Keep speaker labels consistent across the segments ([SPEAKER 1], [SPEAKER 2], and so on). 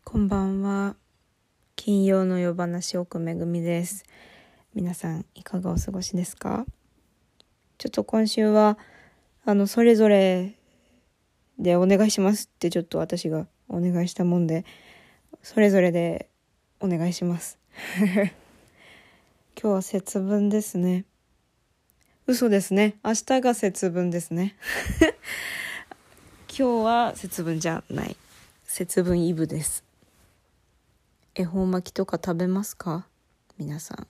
[SPEAKER 1] こんばんは。金曜の夜話奥めぐみです。皆さんいかがお過ごしですか？ちょっと今週はそれぞれでお願いしますってちょっと私がお願いしたもんで、それぞれでお願いします今日は節分ですね。嘘ですね。明日が節分ですね今日は節分じゃない、節分イブです。恵方巻きとか食べますか？皆さん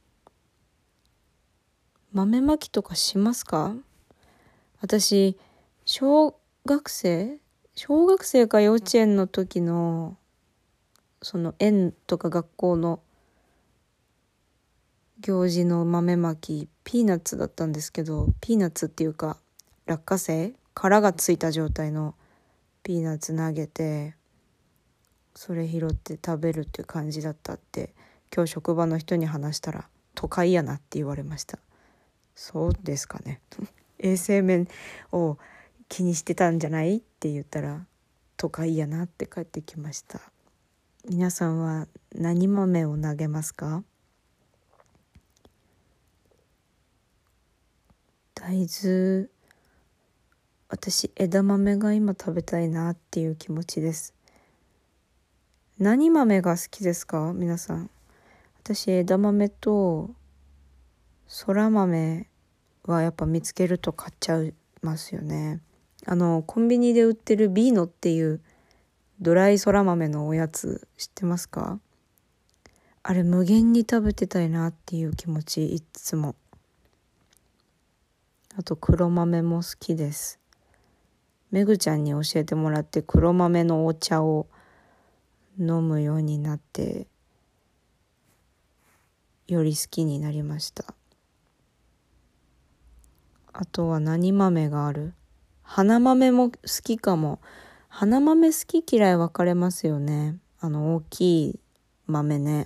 [SPEAKER 1] 豆巻きとかしますか？私小学生か幼稚園の時のその園とか学校の行事の豆巻きピーナッツだったんですけど、ピーナッツっていうか落花生殻がついた状態のピーナッツ投げてそれ拾って食べるっていう感じだったって今日職場の人に話したら都会やなって言われました。そうですかね衛生面を気にしてたんじゃないって言ったら都会やなって帰ってきました。皆さんは何豆を投げますか？大豆、私枝豆が今食べたいなっていう気持ちです。何豆が好きですか皆さん？私枝豆とそら豆はやっぱ見つけると買っちゃいますよね。コンビニで売ってるビーノっていうドライそら豆のおやつ知ってますか？あれ無限に食べてたいなっていう気持ちいつも。あと黒豆も好きです。めぐちゃんに教えてもらって黒豆のお茶を飲むようになってより好きになりました。あとは何豆がある？花豆も好きかも。花豆好き嫌い分かれますよね。大きい豆ね。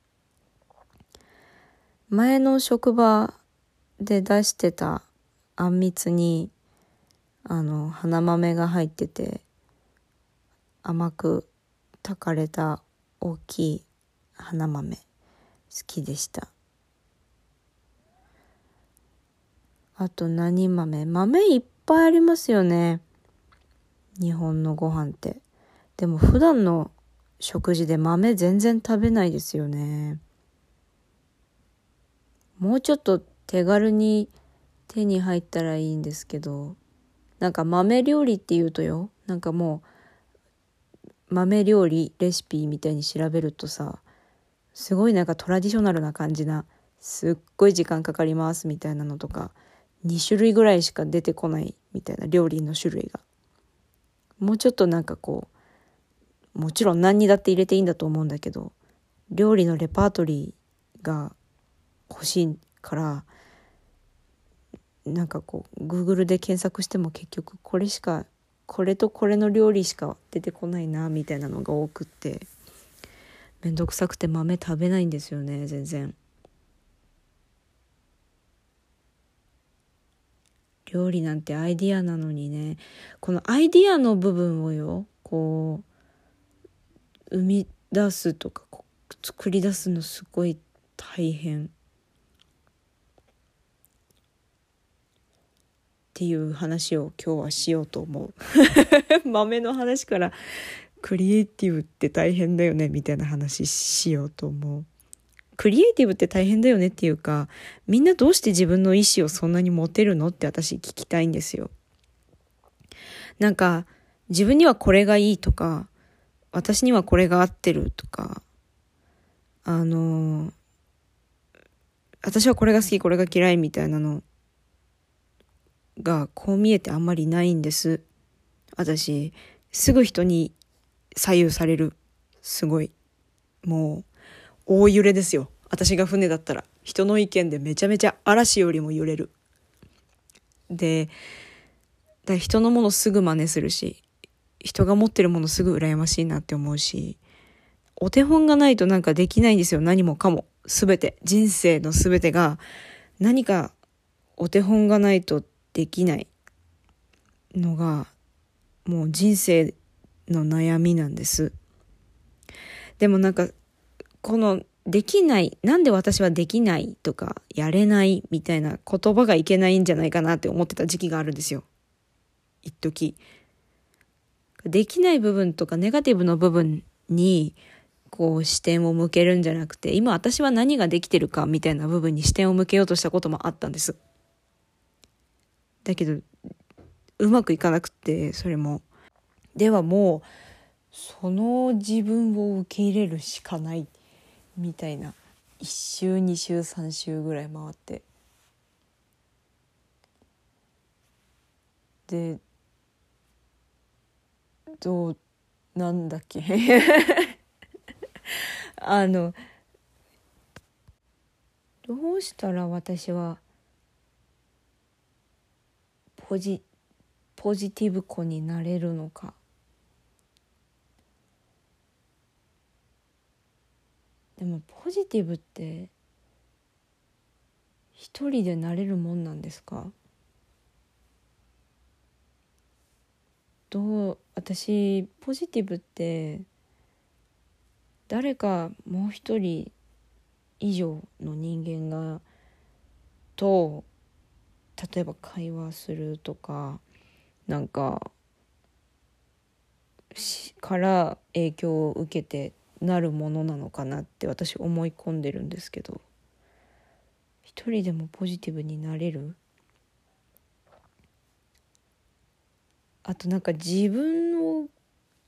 [SPEAKER 1] 前の職場で出してたあんみつに花豆が入ってて甘く炊かれた大きい花豆好きでした。あと何豆いっぱいありますよね、日本のご飯って。でも普段の食事で豆全然食べないですよね。もうちょっと手軽に手に入ったらいいんですけど、なんか豆料理って言うとよ、なんかもう豆料理レシピみたいに調べるとさ、すごいなんかトラディショナルな感じな、すっごい時間かかりますみたいなのとか、2種類ぐらいしか出てこないみたいな料理の種類が。もうちょっとなんかこう、もちろん何にだって入れていいんだと思うんだけど、料理のレパートリーが欲しいから、なんかこう Google で検索しても結局これとこれの料理しか出てこないなみたいなのが多くって、めんどくさくて豆食べないんですよね、全然。料理なんてアイディアなのにね、このアイディアの部分をよ、こう生み出すとか作り出すのすごい大変っていう話を今日はしようと思う豆の話からクリエイティブって大変だよねみたいな話しようと思う。クリエイティブって大変だよねっていうか、みんなどうして自分の意思をそんなに持てるのって私聞きたいんですよ。なんか自分にはこれがいいとか、私にはこれが合ってるとか、私はこれが好きこれが嫌いみたいなのがこう見えてあんまりないんです。私すぐ人に左右される。すごいもう大揺れですよ。私が船だったら人の意見でめちゃめちゃ嵐よりも揺れる。で、人のものすぐ真似するし、人が持ってるものすぐ羨ましいなって思うし、お手本がないとなんかできないんですよ。何もかも全て、人生の全てが何かお手本がないとできないのがもう人生の悩みなんです。 でもなんかこのできない、なんで私はできないとかやれないみたいな言葉がいけないんじゃないかなって思ってた時期があるんですよ。一時。できない部分とかネガティブの部分にこう視点を向けるんじゃなくて、今私は何ができてるかみたいな部分に視点を向けようとしたこともあったんです。だけどうまくいかなくて、それも。ではもうその自分を受け入れるしかないみたいな、1週2週3週ぐらい回って、でどうなんだっけどうしたら私はポジティブ子になれるのか。でもポジティブって一人でなれるもんなんですか？私ポジティブって誰かもう一人以上の人間がと例えば会話するとか、なんかから影響を受けてなるものなのかなって私思い込んでるんですけど、一人でもポジティブになれる？あとなんか自分を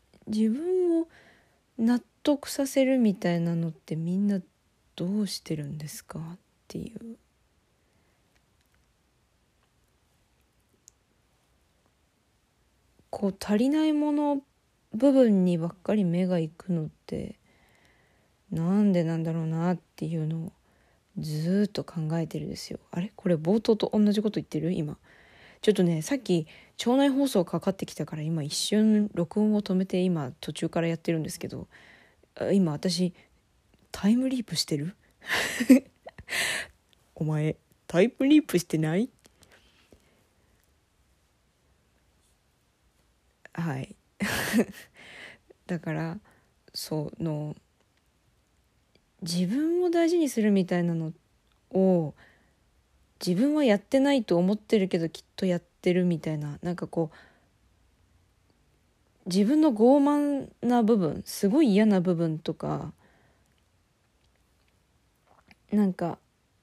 [SPEAKER 1] 納得させるみたいなのってみんなどうしてるんですかっていう。こう足りないもの部分にばっかり目がいくのってなんでなんだろうなっていうのをずっと考えてるんですよ。あれこれ冒頭と同じこと言ってる？今ちょっとね、さっき腸内放送かかってきたから今一瞬録音を止めて今途中からやってるんですけど、今私タイムリープしてる？お前タイムリープしてない？はいだから自分を大事にするみたいなのを自分はやってないと思ってるけどきっとやってるみたいな、なんかこう自分の傲慢な部分、すごい嫌な部分とか、なんか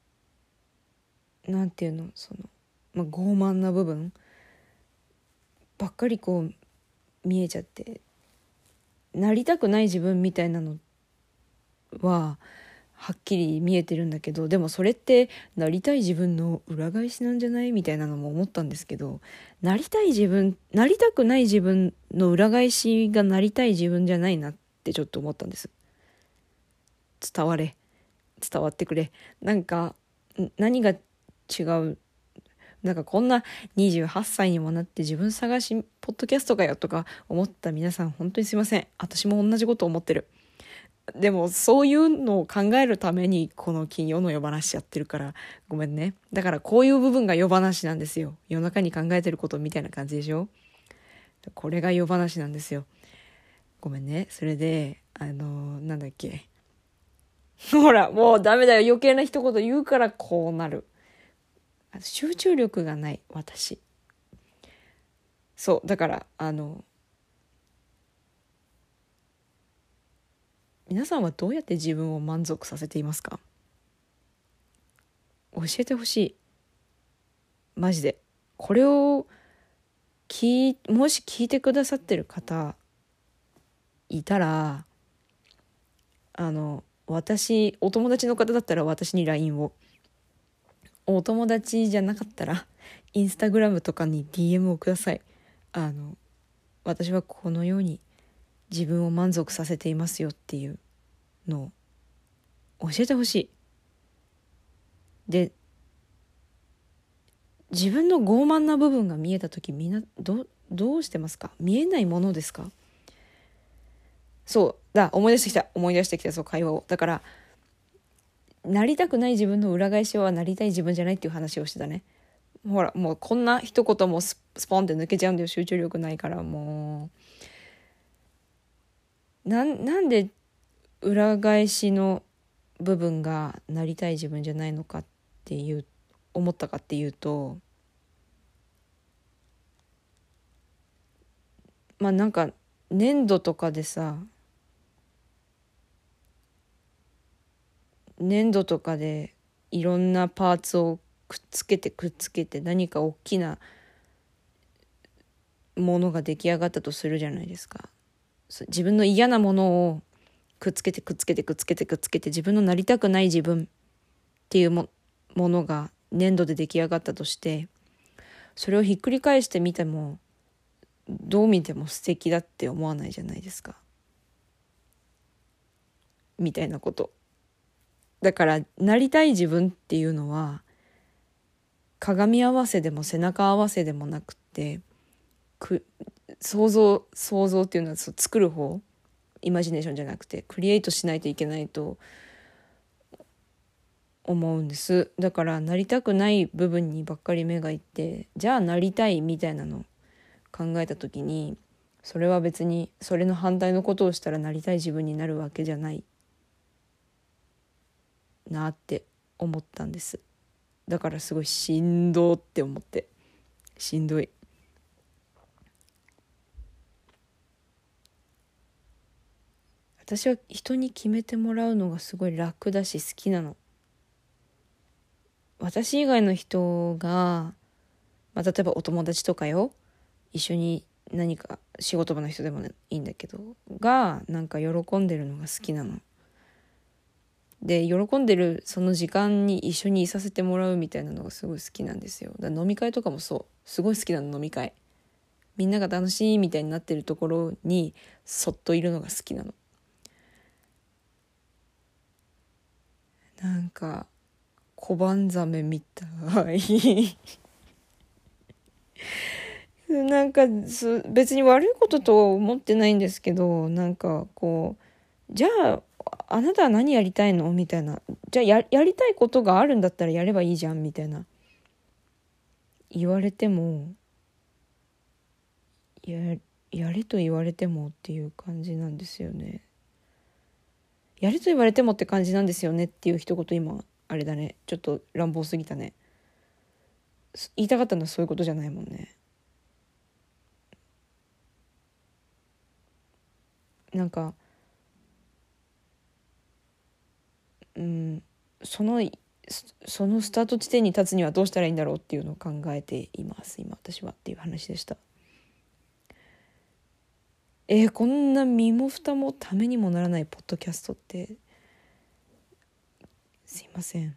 [SPEAKER 1] なんていうの、傲慢な部分ばっかりこう見えちゃって、なりたくない自分みたいなのははっきり見えてるんだけど、でもそれってなりたい自分の裏返しなんじゃないみたいなのも思ったんですけど、なりたくない自分の裏返しがなりたい自分じゃないなってちょっと思ったんです。伝わってくれ。なんか何が違う？なんかこんな28歳にもなって自分探しポッドキャストかよとか思った皆さん本当にすいません。私も同じこと思ってる。でもそういうのを考えるためにこの金曜の夜話やってるからごめんね。だからこういう部分が夜話なんですよ。夜中に考えてることみたいな感じでしょ。これが夜話なんですよ。ごめんね。それでなんだっけほらもうダメだよ、余計な一言言うからこうなる。集中力がない私。そうだから皆さんはどうやって自分を満足させていますか？教えてほしい。マジで。これをもし聞いてくださってる方いたら、お友達の方だったら私に LINE を、お友達じゃなかったらインスタグラムとかに DM をください。私はこのように自分を満足させていますよっていうのを教えてほしい。で、自分の傲慢な部分が見えた時みんなどうしてますか？見えないものですか？そうだ、思い出してきた、そう会話を。だからなりたくない自分の裏返しはなりたい自分じゃないっていう話をしてたね。ほらもうこんな一言もスポンって抜けちゃうんだよ、集中力ないから。もうなんで裏返しの部分がなりたい自分じゃないのかっていう思ったかっていうと、なんか粘土とかでさ、粘土とかでいろんなパーツをくっつけて何か大きなものが出来上がったとするじゃないですか。自分の嫌なものをくっつけて自分のなりたくない自分っていうものが粘土で出来上がったとして、それをひっくり返してみてもどう見ても素敵だって思わないじゃないですか、みたいなこと。だからなりたい自分っていうのは鏡合わせでも背中合わせでもなくって、想像っていうのは作る方、イマジネーションじゃなくてクリエイトしないといけないと思うんです。だからなりたくない部分にばっかり目がいって、じゃあなりたいみたいなのを考えた時に、それは別にそれの反対のことをしたらなりたい自分になるわけじゃないなって思ったんです。だからすごいしんどって思って、しんどい。私は人に決めてもらうのがすごい楽だし好きなの。私以外の人が、例えばお友達とかよ、一緒に何か仕事場の人でもいいんだけどがなんか喜んでるのが好きなので、喜んでるその時間に一緒にいさせてもらうみたいなのがすごい好きなんですよ。だから飲み会とかもそう、すごい好きなの。飲み会、みんなが楽しいみたいになってるところにそっといるのが好きなの。なんか小判ザメみたいなんか別に悪いこととは思ってないんですけど、なんかこう、じゃああなたは何やりたいのみたいな、じゃあやりたいことがあるんだったらやればいいじゃんみたいな言われても、やれと言われてもっていう感じなんですよね。やれと言われてもって感じなんですよねっていう一言、今あれだね、ちょっと乱暴すぎたね。言いたかったのはそういうことじゃないもんね。なんかそのスタート地点に立つにはどうしたらいいんだろうっていうのを考えています今私はっていう話でした。こんな身も蓋もためにもならないポッドキャストってすいません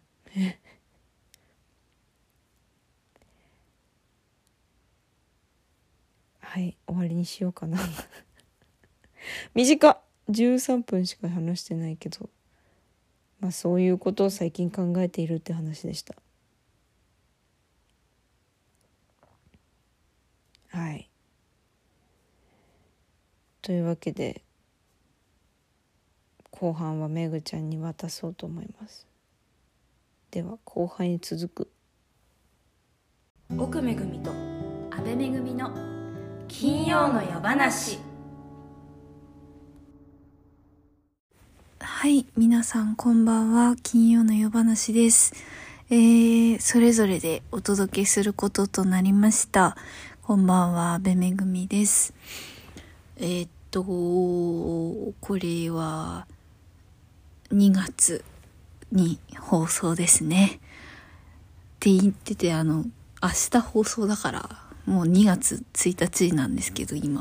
[SPEAKER 1] はい終わりにしようかな短っ、13分しか話してないけど、そういうことを最近考えているって話でした。はい、というわけで後半はめぐちゃんに渡そうと思います。では後半に続く。
[SPEAKER 2] 奥めぐみと安倍めぐみの金曜の夜話。
[SPEAKER 3] はい、皆さんこんばんは。金曜の夜話です。それぞれでお届けすることとなりました。こんばんは、安倍めぐみです。これは2月に放送ですね。って言ってて、明日放送だからもう2月1日なんですけど、今、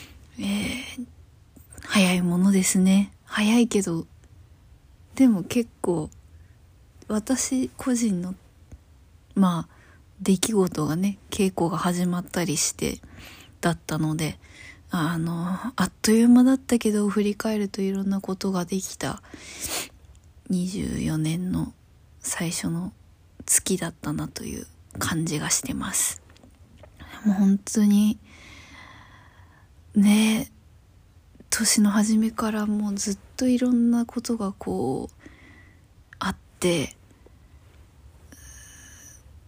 [SPEAKER 3] 早いものですね。早いけどでも結構私個人の出来事がね、稽古が始まったりしてだったので、あっという間だったけど振り返るといろんなことができた24年の最初の月だったなという感じがしてます。もう本当にね、年の初めからもうずっといろんなことがこうあって、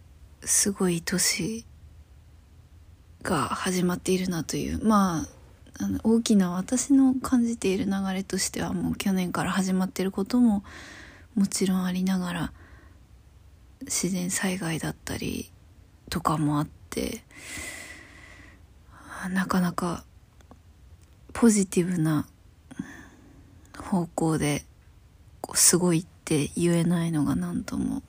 [SPEAKER 3] すごい年が始まっているなという、 大きな私の感じている流れとしては、もう去年から始まっていることももちろんありながら、自然災害だったりとかもあって、なかなかポジティブな方向ですごいって言えないのがなんとも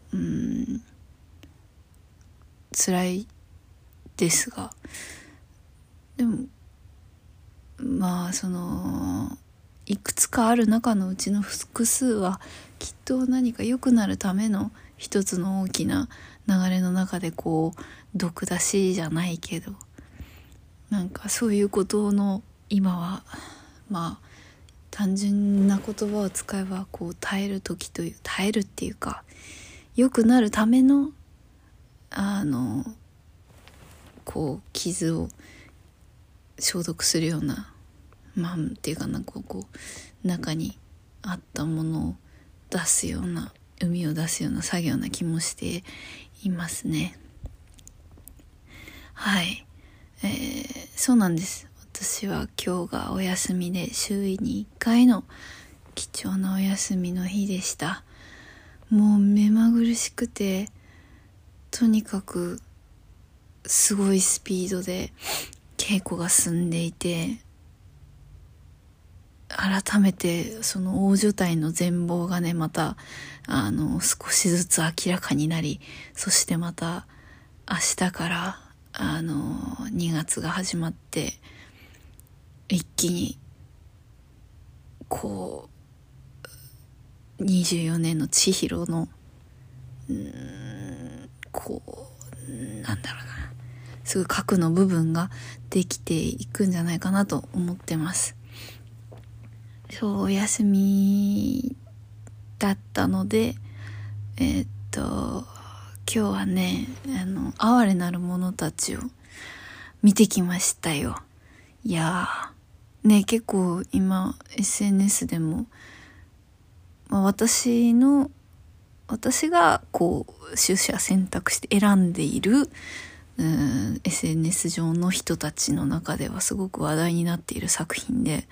[SPEAKER 3] 辛いですが、でもまあいくつかある中のうちの複数はきっと何か良くなるための一つの大きな流れの中で毒出しじゃないけど、なんかそういうことの今はまあ単純な言葉を使えば耐える時という、耐えるっていうか良くなるための傷を消毒するようなっていうかな、中にあったものを出すような、海を出すような作業な気もしていますね。はい、そうなんです。私は今日がお休みで、週に1回の貴重なお休みの日でした。もう目まぐるしくて、とにかくすごいスピードで稽古が進んでいて、改めてその大所帯の全貌がね、また少しずつ明らかになり、そしてまた明日から2月が始まって、一気に24年の千尋のなんだろうな、すぐ核の部分ができていくんじゃないかなと思ってます。お休みだったので、今日はね、哀れなる者たちを見てきましたよ。いやーね、結構今 SNS でも、私が取捨選択して選んでいるSNS 上の人たちの中ではすごく話題になっている作品で、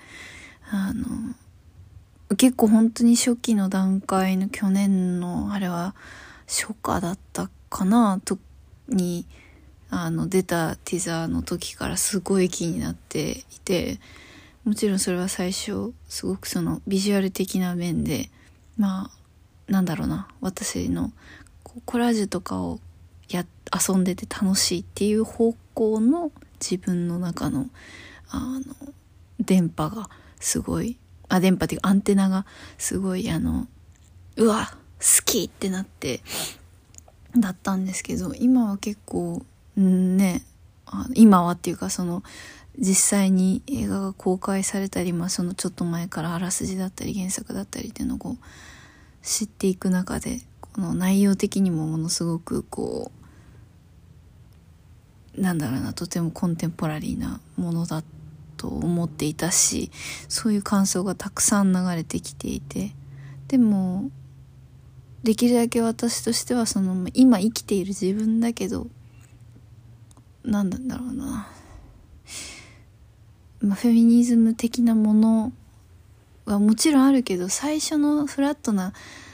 [SPEAKER 3] 結構本当に初期の段階の去年のあれは初夏だったかなに出たティザーの時からすごい気になっていて、もちろんそれは最初すごくそのビジュアル的な面で、なんだろうな、私のコラージュとかを遊んでて楽しいっていう方向の自分の中の電波がすごい、電波っていうかアンテナがすごいうわ好きってなってだったんですけど、今は結構今はっていうか実際に映画が公開されたり、そのちょっと前からあらすじだったり原作だったりっていうのを知っていく中で、この内容的にもものすごくなんだろうな、とてもコンテンポラリーなものだと思っていたし、そういう感想がたくさん流れてきていて、でもできるだけ私としては今生きている自分だけど、なんだろうな、フェミニズム的なものはもちろんあるけど、最初のフラットな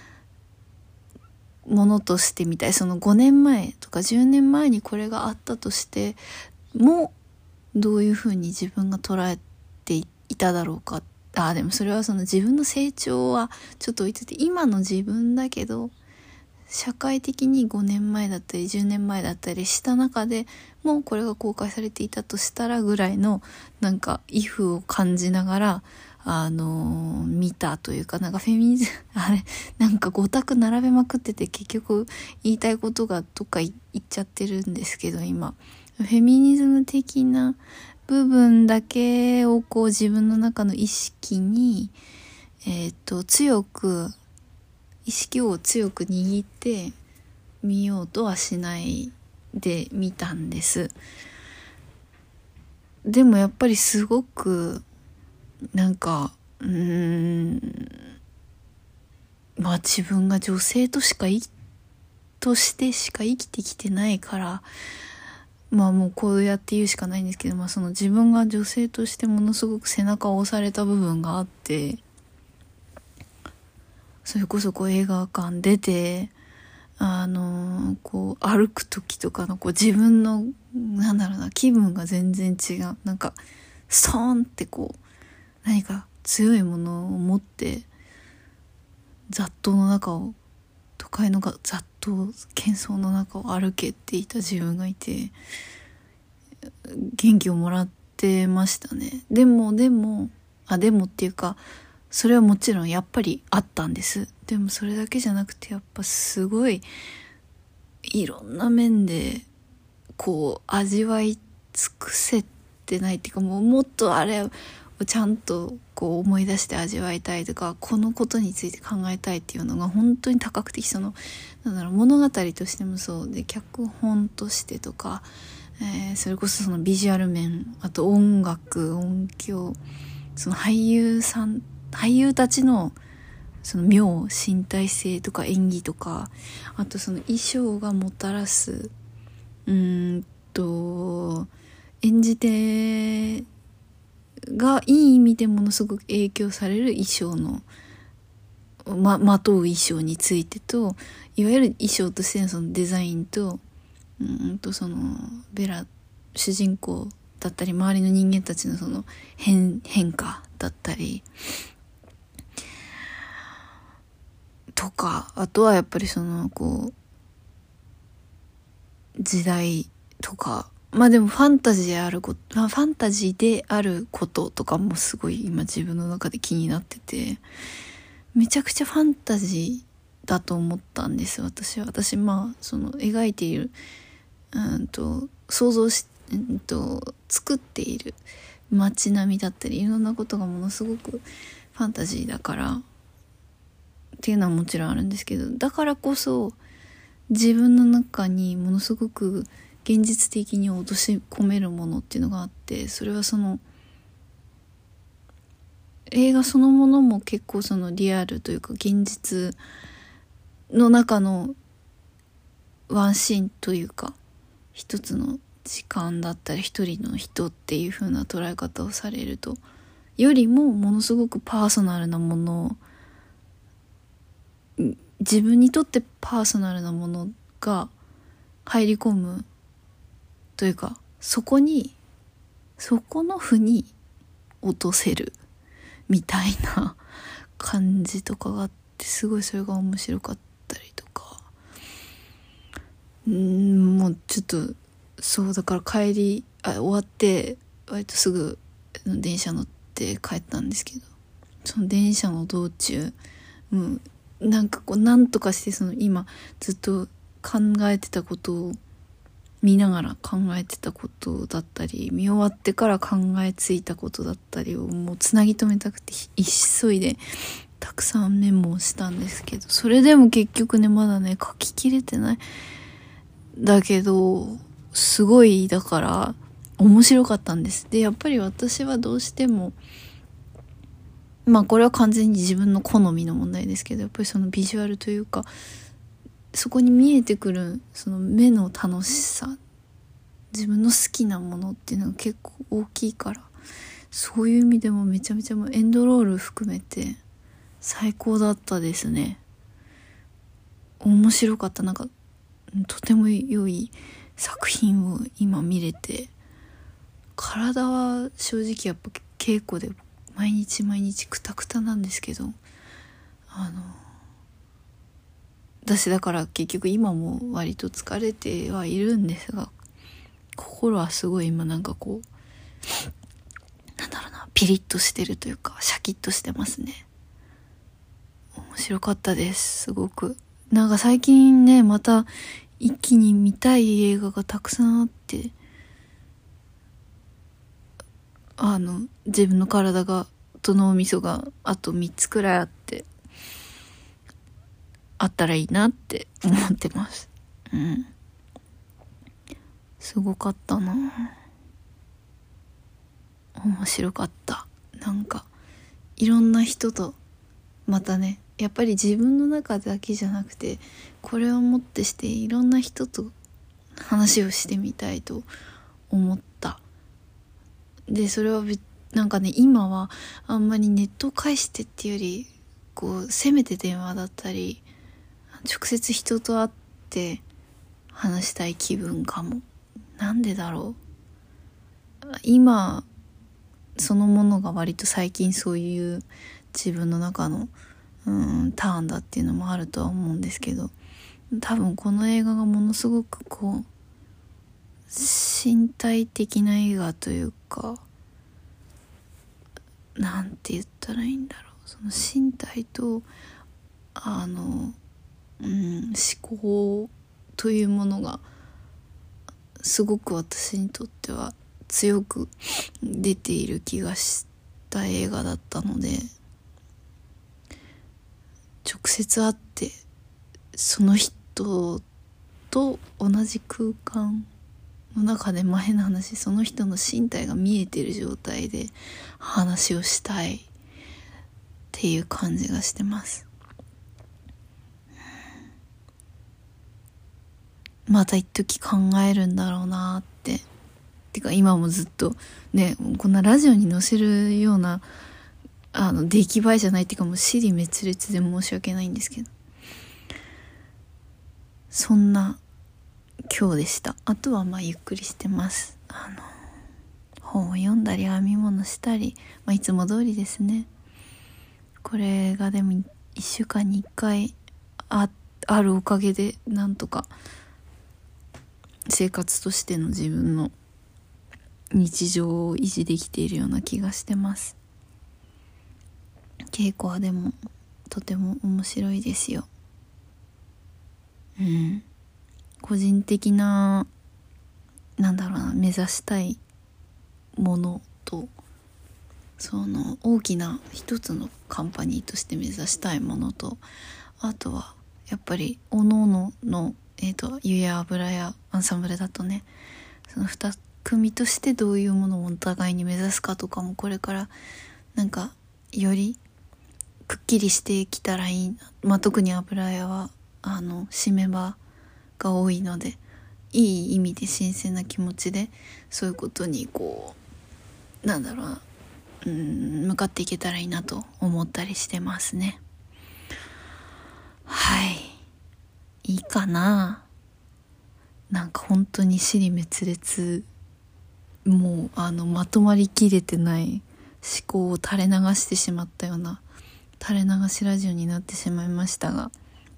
[SPEAKER 3] ものとしてみたい。5年前とか10年前にこれがあったとしても、どういうふうに自分が捉えていただろうか。でもそれは自分の成長はちょっと置いてて、今の自分だけど社会的に5年前だったり10年前だったりした中でもうこれが公開されていたとしたらぐらいのイフを感じながら見たというか、フェミニズム5択並べまくってて、結局言いたいことがどっか言っちゃってるんですけど、今フェミニズム的な部分だけを自分の中の意識に意識を強く握ってみようとはしないで見たんです。でもやっぱりすごく自分が女性としてしか生きてきてないから、 まあもうこうやって言うしかないんですけど、その自分が女性としてものすごく背中を押された部分があって、それこそ映画館出て、歩く時とかの自分の、気分が全然違う。ストーンって何か強いものを持って、都会の雑踏、喧騒の中を歩けっていた自分がいて、元気をもらってましたね。でもっていうか、それはもちろんやっぱりあったんです。でもそれだけじゃなくて、やっぱすごいいろんな面で味わい尽くせてないっていうか、もっとあれをちゃんと思い出して味わいたいとか、このことについて考えたいっていうのが本当に多角的、物語としてもそうで、脚本としてとか、それこそそのビジュアル面、あと音楽、音響、その俳優たちのその身体性とか演技とか、あとその衣装がもたらす演じ手がいい意味でものすごく影響される衣装のまとう衣装についてと、いわゆる衣装としてのそのデザインと、そのベラ主人公だったり周りの人間たちのその変化だったりとか、あとはやっぱりその時代とか、でもファンタジーであることとかもすごい今自分の中で気になってて、めちゃくちゃファンタジーだと思ったんです私その描いている想像し作っている街並みだったりいろんなことがものすごくファンタジーだからっていうのはもちろんあるんですけど、だからこそ自分の中にものすごく現実的に落とし込めるものっていうのがあって、それはその映画そのものも結構そのリアルというか現実の中のワンシーンというか一つの時間だったり一人の人っていう風な捉え方をされるとよりもものすごくパーソナルなものを、自分にとってパーソナルなものが入り込むというか、そこの負に落とせるみたいな感じとかがあって、すごいそれが面白かったりとか、もうちょっとそうだから終わって割とすぐ電車乗って帰ったんですけど、その電車の道中なんとかしてその今ずっと考えてたことを見ながら考えてたことだったり、見終わってから考えついたことだったりをもうつなぎ止めたくて急いでたくさんメモをしたんですけど、それでも結局ねまだね書ききれてない。だけどすごいだから面白かったんです。でやっぱり私はどうしてもこれは完全に自分の好みの問題ですけど、やっぱりそのビジュアルというかそこに見えてくるその目の楽しさ、自分の好きなものっていうのが結構大きいから、そういう意味でもめちゃめちゃエンドロール含めて最高だったですね。面白かった。とても良い作品を今見れて、体は正直やっぱ稽古で毎日クタクタなんですけど、私だから結局今も割と疲れてはいるんですが、心はすごい今ピリッとしてるというかシャキッとしてますね。面白かったです。すごく最近ねまた一気に見たい映画がたくさんあって、自分の体と脳みそがあと3つくらいあったらいいなって思ってます。すごかったな。面白かった。いろんな人とまたね、やっぱり自分の中だけじゃなくてこれをもってしていろんな人と話をしてみたいと思った。でそれはなんかね、今はあんまりネットを介してっていうよりせめて電話だったり直接人と会って話したい気分かも。なんでだろう。今そのものが割と最近そういう自分の中のターンだっていうのもあるとは思うんですけど、多分この映画がものすごく身体的な映画というか、なんて言ったらいいんだろう、その身体と思考というものがすごく私にとっては強く出ている気がした映画だったので、直接会ってその人と同じ空間の中で、変な話、その人の身体が見えてる状態で話をしたいっていう感じがしてます。また一時考えるんだろうなって。てか今もずっとね、こんなラジオに載せるような出来栄えじゃないっていうか、もう支離滅裂で申し訳ないんですけど、そんな今日でした。あとはゆっくりしてます。本を読んだり編み物したり、いつも通りですね。これがでも1週間に1回 あるおかげでなんとか生活としての自分の日常を維持できているような気がしてます。稽古はでもとても面白いですよ。個人的な目指したいものと、その大きな一つのカンパニーとして目指したいものと、あとはやっぱり各々の湯や油やアンサンブルだとね、その2組としてどういうものをお互いに目指すかとかも、これからよりくっきりしてきたらいいな。特に油屋は締め場が多いので、いい意味で新鮮な気持ちでそういうことに向かっていけたらいいなと思ったりしてますね。はい、いいかな。本当に支離滅裂、もうまとまりきれてない思考を垂れ流してしまったような垂れ流しラジオになってしまいましたが、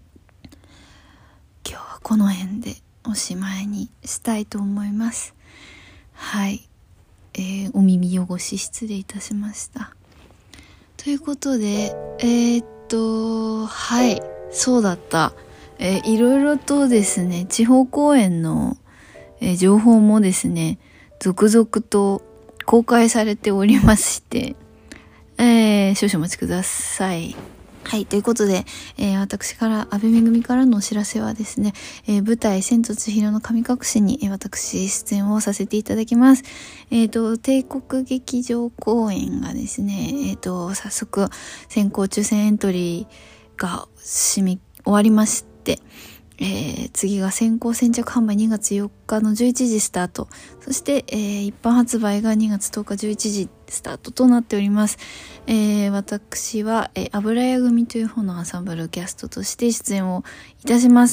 [SPEAKER 3] 今日はこの辺でおしまいにしたいと思います。はい、お耳汚し失礼いたしました。ということではい、そうだった、いろいろとですね、地方公演の、情報もですね続々と公開されておりまして、少々お待ちください。はい、ということで、私から安倍めぐみからのお知らせはですね、舞台千と千尋の神隠しに、私出演をさせていただきます。帝国劇場公演がですね、早速先行抽選エントリーが終わりまして、次が先行先着販売2月4日の11時スタート、そして、一般発売が2月10日11時スタートとなっております。私は、油屋組という方のアンサンブルキャストとして出演をいたします。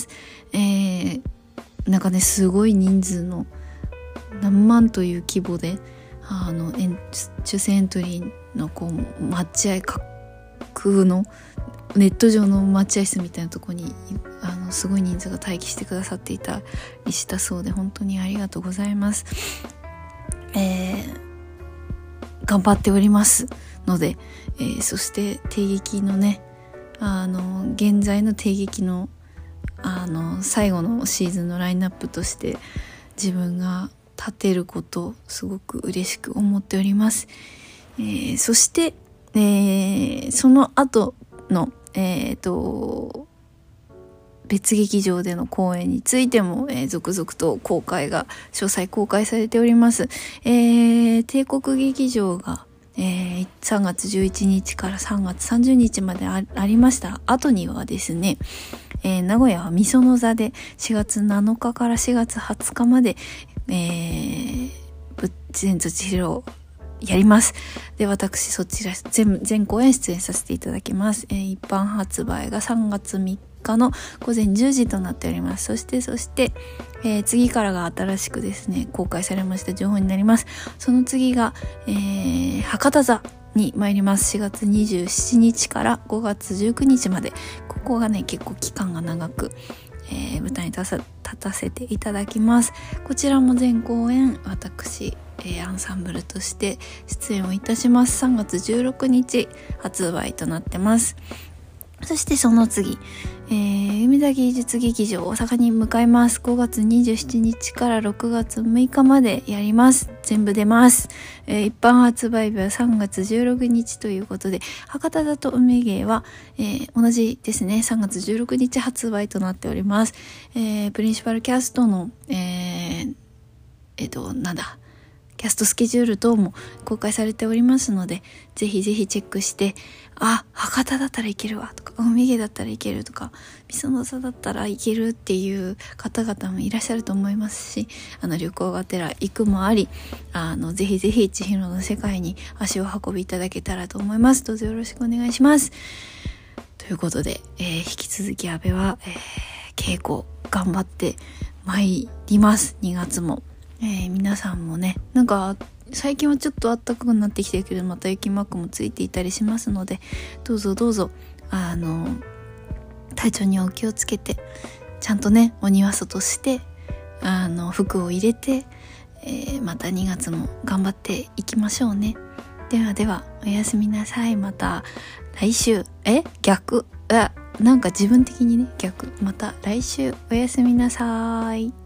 [SPEAKER 3] すごい人数の何万という規模で抽選エントリーの待合架空のネット上の待合室みたいなところにすごい人数が待機してくださっていたりしたそうで、本当にありがとうございます。頑張っておりますので、そして帝劇のね現在の帝劇の最後のシーズンのラインナップとして自分が立てることをすごく嬉しく思っております。そして、その後の別劇場での公演についても、続々と詳細公開されております。帝国劇場が 3月11日から3月30日まで ありました後にはですね、名古屋は御園座で4月7日から4月20日まで、仏前図治療やります。で、私そちら全公演出演させていただきます。一般発売が3月3日の午前10時となっております。そして、次からが新しくですね公開されました情報になります。その次が、博多座に参ります。4月27日から5月19日まで、ここがね結構期間が長く、舞台に立たせていただきます。こちらも全公演私アンサンブルとして出演をいたします。3月16日発売となってます。そしてその次、梅田芸術劇場大阪に向かいます。5月27日から6月6日までやります。全部出ます。一般発売日は3月16日ということで、博多座と梅芸は、同じですね。3月16日発売となっております。プリンシパルキャストの、キャストスケジュール等も公開されておりますので、ぜひぜひチェックして、博多だったらいけるわとか、梅芸だったらいけるとか、御園座だったらいけるっていう方々もいらっしゃると思いますし、旅行がてら行くもあり、ぜひぜひ千尋の世界に足を運びいただけたらと思います。どうぞよろしくお願いします。ということで、引き続き阿部は、稽古頑張って参ります。2月も。皆さんもね、なんか最近はちょっと暖かくなってきてるけど、また雪マークもついていたりしますので、どうぞ体調にお気をつけて、ちゃんとねお庭外して服を入れて、また2月も頑張っていきましょうね。ではおやすみなさい。また来週逆なんか自分的にね逆、また来週おやすみなさい。